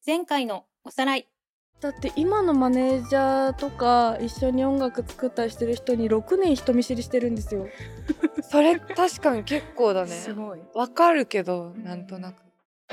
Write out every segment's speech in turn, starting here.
前回のおさらい。 だって今のマネージャーとか一緒に音楽作ったりしてる人に6年人見知りしてるんですよ。 それ確かに結構だね。 すごい。 わかるけど、なんとなく。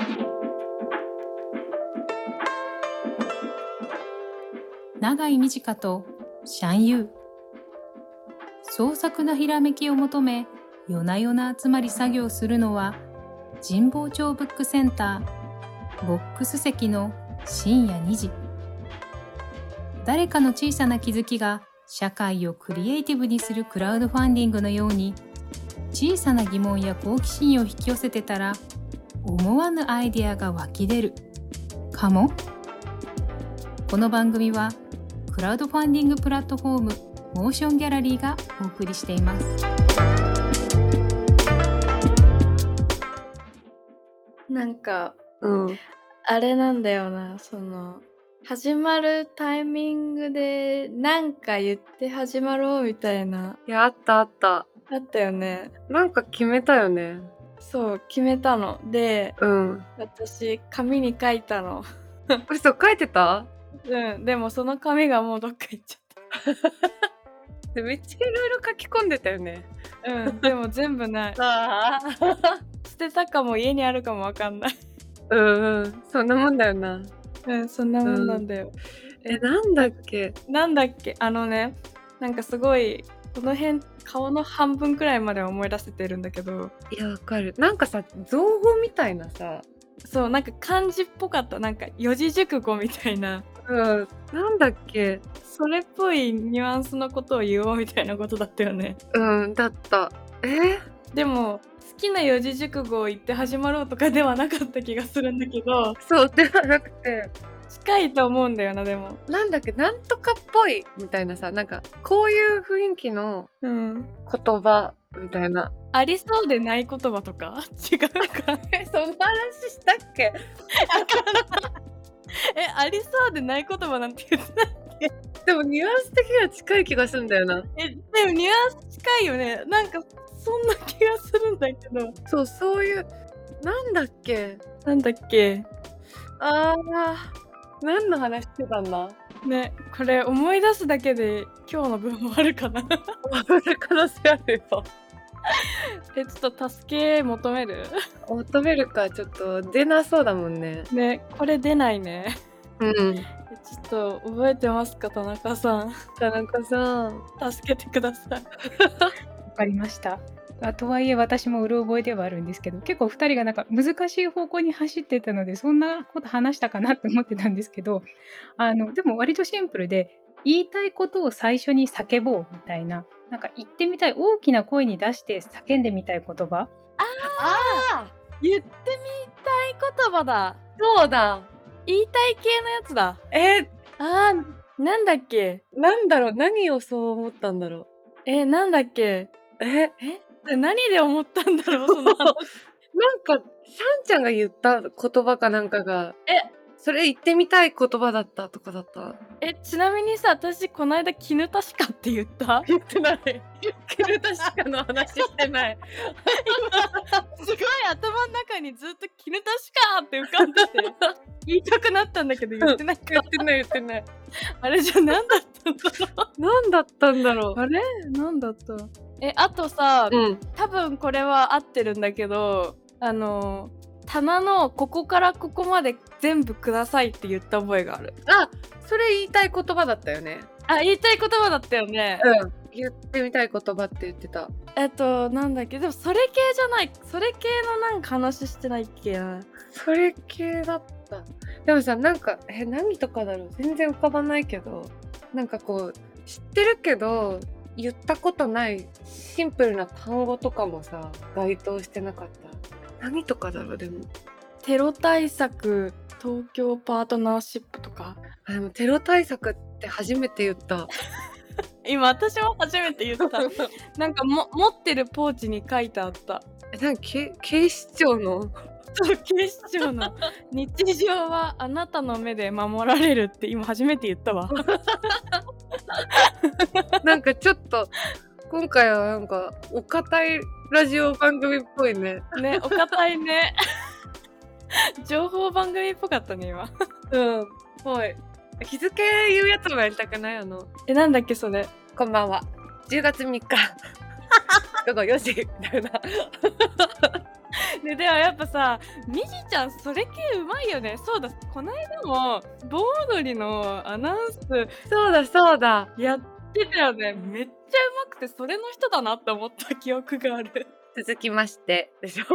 永井美智香とシャンユー。創作なひらめきを求め、夜な夜な集まり作業するのは、神保町ブックセンター、ボックス席の深夜2時。誰かの小さな気づきが社会をクリエイティブにするクラウドファンディングのように、小さな疑問や好奇心を引き寄せてたら、思わぬアイデアが湧き出るかも。この番組はクラウドファンディングプラットフォームモーションギャラリーがお送りしています。 なんかうん。 あれなんだよな、その始まるタイミングでなんか言って始まろうみたいな、 いや、あったあった。 あったよね。 なんか決めたよね。 そう決めたので、 うん。 私紙に書いたの。 嘘、書いてた？ でもその紙がもうどっか行っちでめっちゃいろいろ書き込んでたよね。 ゃった。でも全部ない。 ああ。 捨てたかも家にあるかもわかんない。 そんなもんだよな。 そんなもんなんだよ。 なんだっけ？ なんだっけ、なんかすごいこの辺顔の半分くらいまでは思い出せてるんだけど、 いや、わかる。なんかさ、造語みたいなさ、 そうなんか漢字っぽかった。なんか四字熟語みたいな、 なんだっけ？ それっぽいニュアンスのことを言おうみたいなことだったよね。 だった。 でも好きな四字熟語を言って始まろうとかではなかった気がするんだけど、 そうではなくて、 近いと思うんだよな。でもなんだっけ、なんとかっぽいみたいなさ、なんかこういう雰囲気の言葉みたいな。 ありそうでない言葉とか違うか。 そんな話したっけ？ ありそうでない言葉なんて言ってない。 でもニュアンス的には近い気がするんだよな。 でもニュアンス近いよね。なんかそんな気がするんだけど。 そういう、なんだっけ？ なんだっけ何の話してたんだ？ ね、これ思い出すだけで今日の分終わるかな。 終わる可能性あるよ。 ちょっと助け求める？ 求めるか、ちょっと出なそうだもんね。 ね、これ出ないね。 ちょっと覚えてますか、田中さん。 田中さん。 助けてください。 わかりました。とはいえ私もうる覚えではあるんですけど、結構2人がなんか難しい方向に走ってたので、そんなこと話したかなって思ってたんですけど、でも割とシンプルで、言いたいことを最初に叫ぼうみたいな、なんか言ってみたい、大きな声に出して叫んでみたい言葉。 言ってみたい言葉だ。 そうだ。 言いたい系のやつだ。なんだっけ？ なんだろう、何をそう思ったんだろう。 なんだっけ？何で思ったんだろう、その話。 なんか、さんちゃんが言った言葉かなんかが、それ言ってみたい言葉だったとかだった？ ちなみにさ、私この間絹確かって言った？ 言ってない。絹確かの話してない。 すごい頭の中にずっと絹確かって浮かんでて言いたくなったんだけど言ってないから。 言ってない。 あれじゃ何だったんだろう。 何だったんだろう。 あれ何だった？あとさ、多分これは合ってるんだけど、棚のここからここまで全部くださいって言った覚えがある。 それ言いたい言葉だったよね。 言いたい言葉だったよね。 言ってみたい言葉って言ってた。 なんだっけ、でもそれ系じゃない。それ系のなんか話してないっけな。 それ系だった。でもさ、なんか何とかだろう、全然浮かばないけど、なんかこう知ってるけど言ったことないシンプルな単語とかもさ、該当してなかった。何とかだろう。でもテロ対策、東京パートナーシップとか。 でもテロ対策って初めて言った。 今私も初めて言った。なんか持ってるポーチに書いてあった。 なんか警視庁のそう、警視庁の日常はあなたの目で守られるって今初めて言ったわ。 なんかちょっと今回はなんかお堅いラジオ番組っぽいね。 ね、お堅いね。 情報番組っぽかったね今。 はい。日付言うやつもやりたくない？ なんだっけそれ。 こんばんは。10月3日午後4時みたいな。 ね、でもやっぱさ、みじちゃんそれ系うまいよね。そうだ、この間も盆踊りのアナウンスそうだ。 やってたよね。めっちゃうまくて、それの人だなって思った記憶がある。 続きましてでしょ。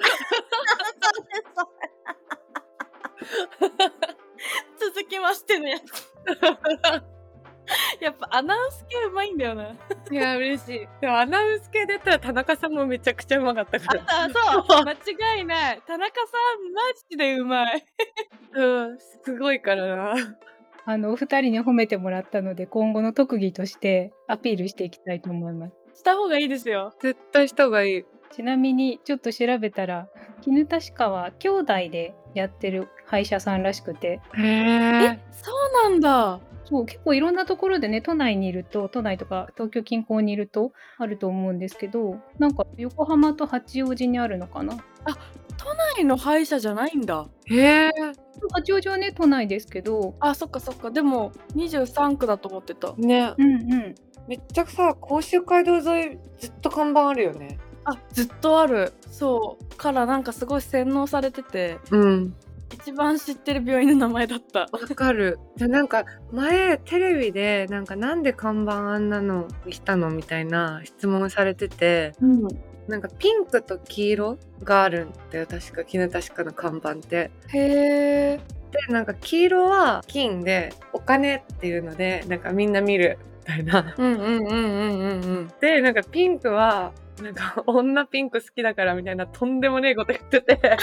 続きましてのやつ。やっぱアナウンス系うまいんだよな。 いや嬉しい。でもアナウンス系で言ったら田中さんもめちゃくちゃうまかったから。 そう間違いない。田中さんマジでうまい。 すごいからな。 お二人に褒めてもらったので、今後の特技としてアピールしていきたいと思います。 した方がいいですよ。 絶対した方がいい。 ちなみにちょっと調べたら、絹確かは兄弟でやってる歯医者さんらしくて。 へえ。 そうなんだ。 そう結構いろんなところでね、都内とか東京近郊にいるとあると思うんですけど、なんか横浜と八王子にあるのかな。 都内の歯医者じゃないんだ。 へえ。 八王子はね都内ですけど。 そっかそっか。でも23区だと思ってたね。めっちゃさ、甲州街道沿いずっと看板あるよね。 ずっとある。そうからなんかすごい洗脳されてて、一番知ってる病院の名前だった。 わかる。じゃなんか前テレビでなんで看板あんなのにしたのみたいな質問されてて、なんかピンクと黄色があるんだよ、確か絹確かの看板って。 へえ。 でなんか黄色は金でお金っていうのでなんかみんな見るみたいな。でなんかピンクはなんか女ピンク好きだからみたいなとんでもねえこと言ってて。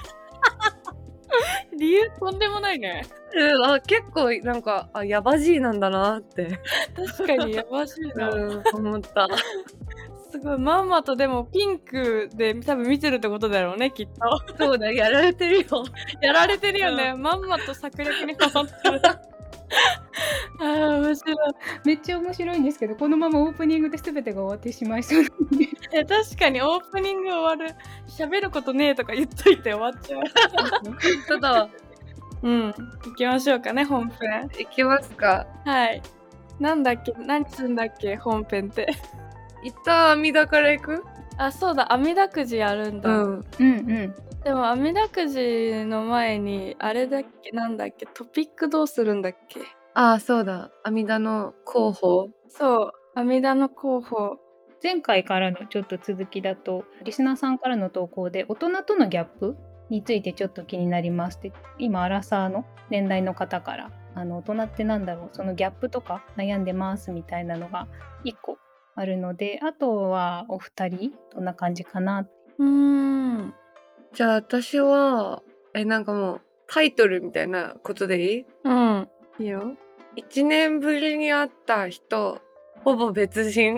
理由とんでもないね。 結構なんかヤバGなんだなって確かにヤバGな思った。 すごいまんまとでもピンクで多分見てるってことだろうね、きっと。 そうだ、やられてるよ。 やられてるよね。まんまと策略にハマってる。面白い。 めっちゃ面白いんですけど、このままオープニングで全てが終わってしまいそうなんで。 確かにオープニング終わる。喋ることねえとか言っといて終わっちゃう。 本当だわ。 行きましょうかね、本編。 行きますか。 はい。なんだっけ、何すんだっけ、本編って。 一旦阿弥陀から行く？ そうだ、阿弥陀くじやるんだ。でも阿弥陀くじの前にあれだっけ、なんだっけ、トピックどうするんだっけ。 そうだ、阿弥陀の広報。 そう、阿弥陀の広報。 前回からのちょっと続きだと、リスナーさんからの投稿で大人とのギャップについてちょっと気になりますって、今アラサーの年代の方から大人ってなんだろう、そのギャップとか悩んでますみたいなのが1個あるので、あとはお二人どんな感じかな。 じゃあ私はなんかもうタイトルみたいなことでいい？ いいよ。 1年ぶりに会った人ほぼ別人。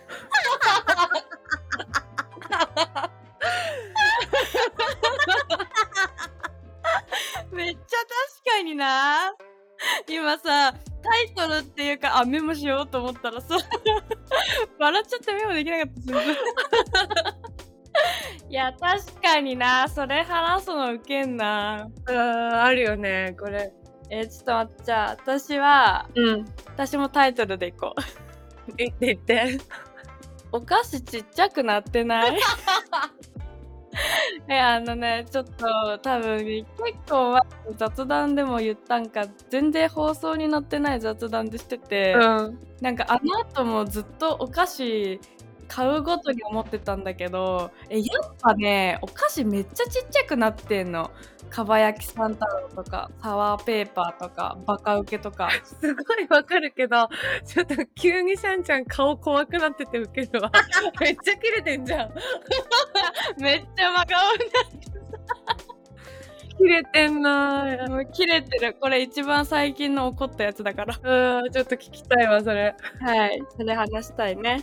めっちゃ確かにな。今さタイトルっていうかメモしようと思ったらさ笑っちゃってメモできなかった。いや確かにな、それ話すのウケんな。 あるよねこれ。 ちょっと待って、じゃあ私もタイトルでいこう。 言ってお菓子ちっちゃくなってない？ちょっと多分結構前に雑談でも言ったんか、全然放送に載ってない雑談でしてて、なんかあの後もずっとお菓子買うごとに思ってたんだけど、やっぱねお菓子めっちゃちっちゃくなってんの。かば焼き三太郎とかサワーペーパーとかバカウケとか。 すごいわかるけど、ちょっと急にシャンちゃん顔怖くなっててウケるわ。めっちゃキレてんじゃん。 めっちゃ真顔になってさ。キレてんな。 もうキレてる。これ一番最近の怒ったやつだから。 ちょっと聞きたいわそれ。 はい、それ話したいね。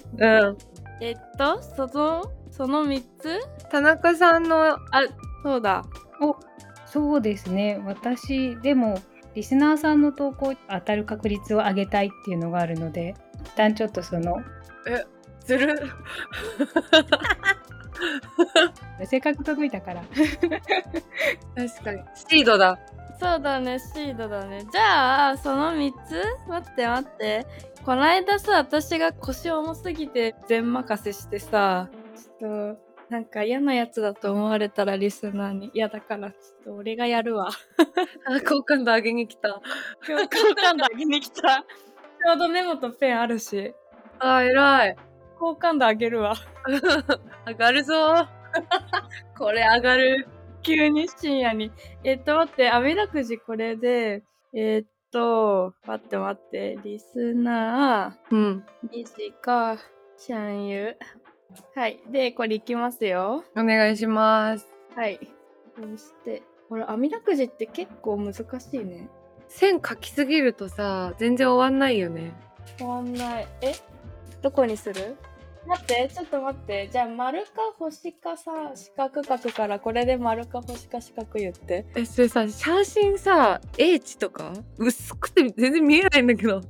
その3つ？ 田中さんのそうだ。 そうですね。私でもリスナーさんの投稿当たる確率を上げたいっていうのがあるので、一旦ちょっとずるせっかく届いたから。 確かに。シードだ。 そうだね、シードだね。じゃあ、その3つ待って。こないださ、私が腰重すぎて全任せしてさ、ちょっと、なんか嫌なやつだと思われたらリスナーに嫌だから、ちょっと俺がやるわ。 好感度上げに来た。 今日好感度上げに来た。ちょうどメモとペンあるし、 偉い。 好感度上げるわ。 上がるぞ。これ上がる。 急に深夜に。待って、あみだくじこれで、待って、リスナー、みじか、シャンユ。はい。で、これいきますよ。 お願いします。 はい。そして、これ、あみだくじって結構難しいね。 線書きすぎるとさ、全然終わんないよね。 終わんない。どこにする？ちょっと待って。じゃあ、丸か星かさ、四角書くから、これで丸か星か四角言って。 それさ、写真さ、英知とか薄くて全然見えないんだけど。 と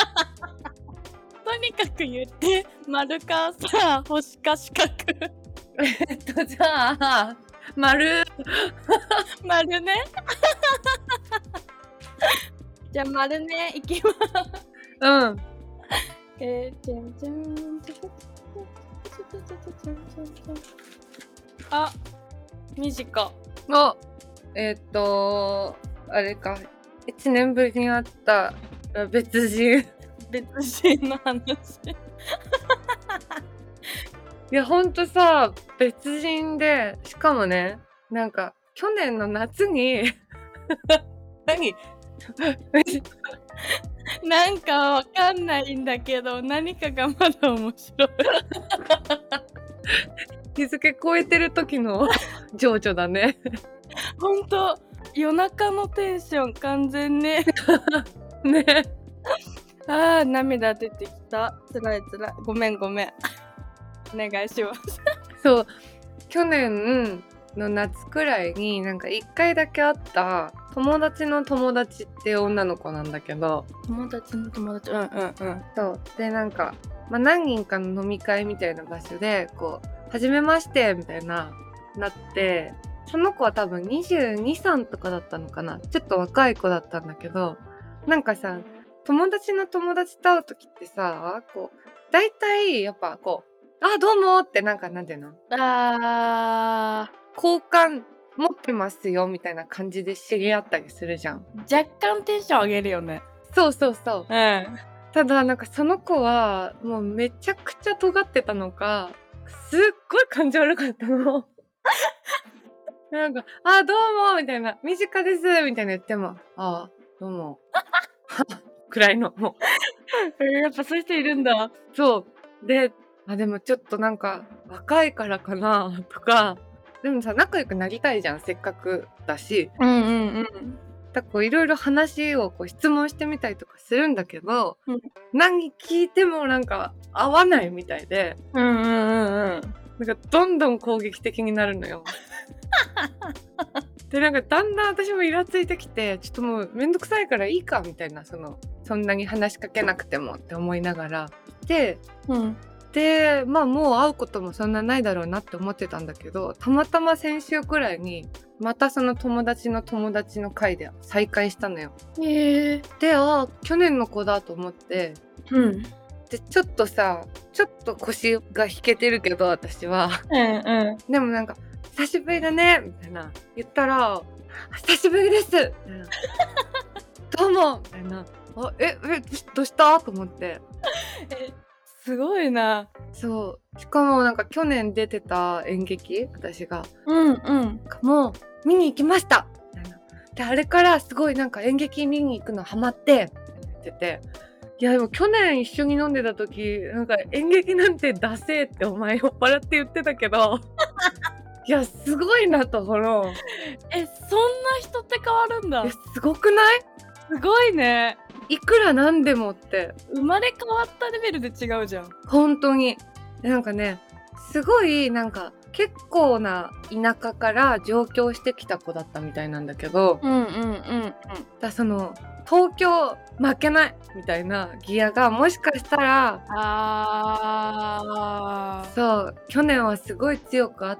にかく言って、丸かさ、星か四角。 じゃあ、丸。 丸ね。じゃあ、丸ね、いきます。 うん。 あ、短。 あれか。1年ぶりに会った別人。 別人の話。 いや、ほんとさ、別人で、しかもね、なんか、去年の夏に、何なんかわかんないんだけど、何かがまだ面白い。 日付超えてる時の情緒だね。 ほんと、夜中のテンション完全ね。 ね。 あー、涙出てきた。つらい。ごめん。お願いします。 そう、去年の夏くらいになんか1回だけ会った友達の友達っていう女の子なんだけど、 友達の友達、 そうでなんか、何人かの飲み会みたいな場所でこう初めましてみたいなって、その子は多分22、3とかだったのかな、ちょっと若い子だったんだけど、なんかさ、友達の友達と会う時ってさ、こう大体やっぱこう、あ、どうもってなんていうの、好感持ってますよみたいな感じで知り合ったりするじゃん。 若干テンション上げるよね。 そう。 ただなんかその子はもうめちゃくちゃ尖ってたのか、すっごい感情悪かったの。なんか、あ、どうもみたいな、短ですみたいな言っても、あ、どうも。くらいの、もう。やっぱそういう人いるんだ。 そう。でもちょっとなんか若いからかなとか、でもさ、仲良くなりたいじゃん、せっかくだし。だからいろいろ話をこう質問してみたりとかするんだけど、何聞いてもなんか合わないみたいで、なんかどんどん攻撃的になるのよ。でなんかだんだん私もイラついてきて、ちょっともうめんどくさいからいいかみたいな、そんなに話しかけなくてもって思いながらで、もう会うこともそんなないだろうなって思ってたんだけど、たまたま先週くらいにまたその友達の会で再会したのよ。で、去年の子だと思って、でちょっと腰が引けてるけど私は、でもなんか久しぶりだねみたいな言ったら、久しぶりですみたいなどうもみたいな、どうしたと思って、 すごいな。 そう。しかもなんか去年出てた演劇、私がもう見に行きましたみたいな。であれからすごいなんか演劇見に行くのハマって言ってて、いやでも去年一緒に飲んでた時なんか演劇なんてダセーってお前酔っ払って言ってたけどいやすごいなと、そんな人って変わるんだ。 すごくない？ すごいね。 いくらなんでもって生まれ変わったレベルで違うじゃん。 本当に。なんかね、すごいなんか結構な田舎から上京してきた子だったみたいなんだけど、だその東京負けないみたいなギアがもしかしたらそう去年はすごい強くあって、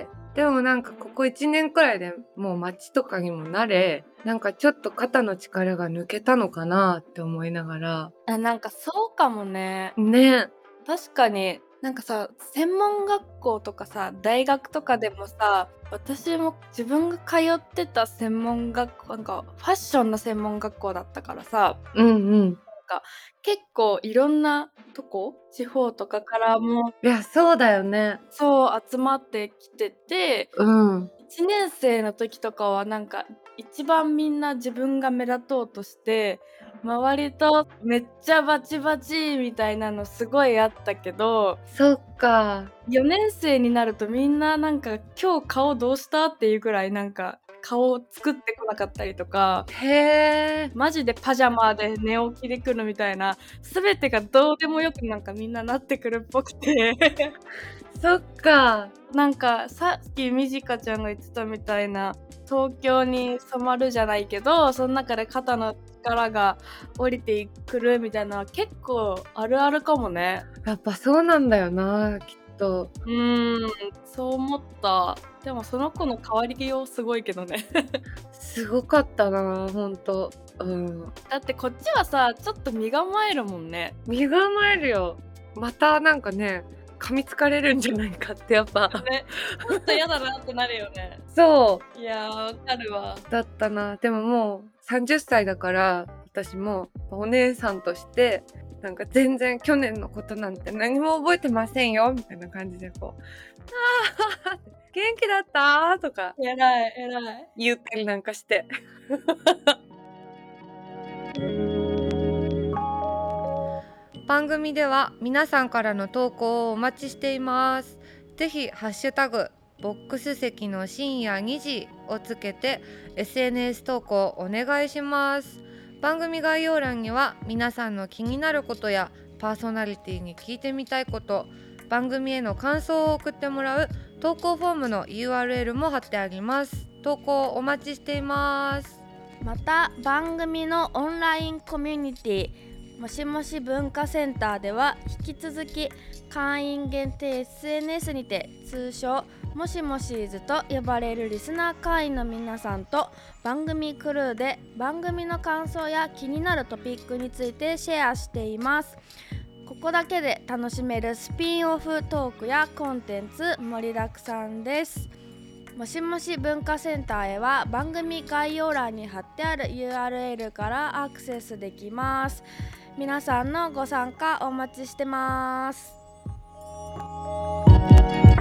でもなんかここ1年くらいでもう街とかにも慣れ、なんかちょっと肩の力が抜けたのかなって思いながら。 なんかそうかもね。 ね。 確かになんかさ、専門学校とかさ、大学とかでもさ、私も自分が通ってた専門学校、なんかファッションの専門学校だったからさ、なんか結構いろんなとこ、地方とかからもいやそうだよね。 そう集まってきてて、1年生の時とかはなんか一番みんな自分が目立とうとして周りとめっちゃバチバチみたいなのすごいあったけど、 そっか。 4年生になるとみんななんか今日顔どうしたっていうぐらいなんか顔を作ってこなかったりとか、 へー。 マジでパジャマで寝起きで来るみたいな、全てがどうでもよくなんかみんななってくるっぽくてそっか。 なんかさっきみじかちゃんが言ってたみたいな、東京に染まるじゃないけど、その中で肩の力が降りてくるみたいなのは結構あるあるかもね。 やっぱそうなんだよな、きっと。 そう思った。でもその子の変わりようすごいけどねすごかったな、ほんと。 だってこっちはさ、ちょっと身構えるもんね。 身構えるよ。またなんかね、噛みつかれるんじゃないかってやっぱね、ちょっと嫌だなってなるよねそう。いやーわかるわ。 だったな。でももう30歳だから私もお姉さんとしてなんか全然去年のことなんて何も覚えてませんよみたいな感じでこう「あー元気だった?」とか偉い言ったりなんかして番組では皆さんからの投稿をお待ちしています。ぜひハッシュタグボックス席の深夜2時をつけて SNS 投稿お願いします。番組概要欄には皆さんの気になることやパーソナリティに聞いてみたいこと、番組への感想を送ってもらう投稿フォームの URL も貼ってあります。投稿お待ちしています。 また番組のオンラインコミュニティもしもし文化センターでは引き続き会員限定 SNS にて通称もしもしーずと呼ばれるリスナー会員の皆さんと番組クルーで番組の感想や気になるトピックについてシェアしています。ここだけで楽しめるスピンオフトークやコンテンツ盛りだくさんです。もしもし文化センターへは番組概要欄に貼ってある URL からアクセスできます。皆さんのご参加お待ちしてます。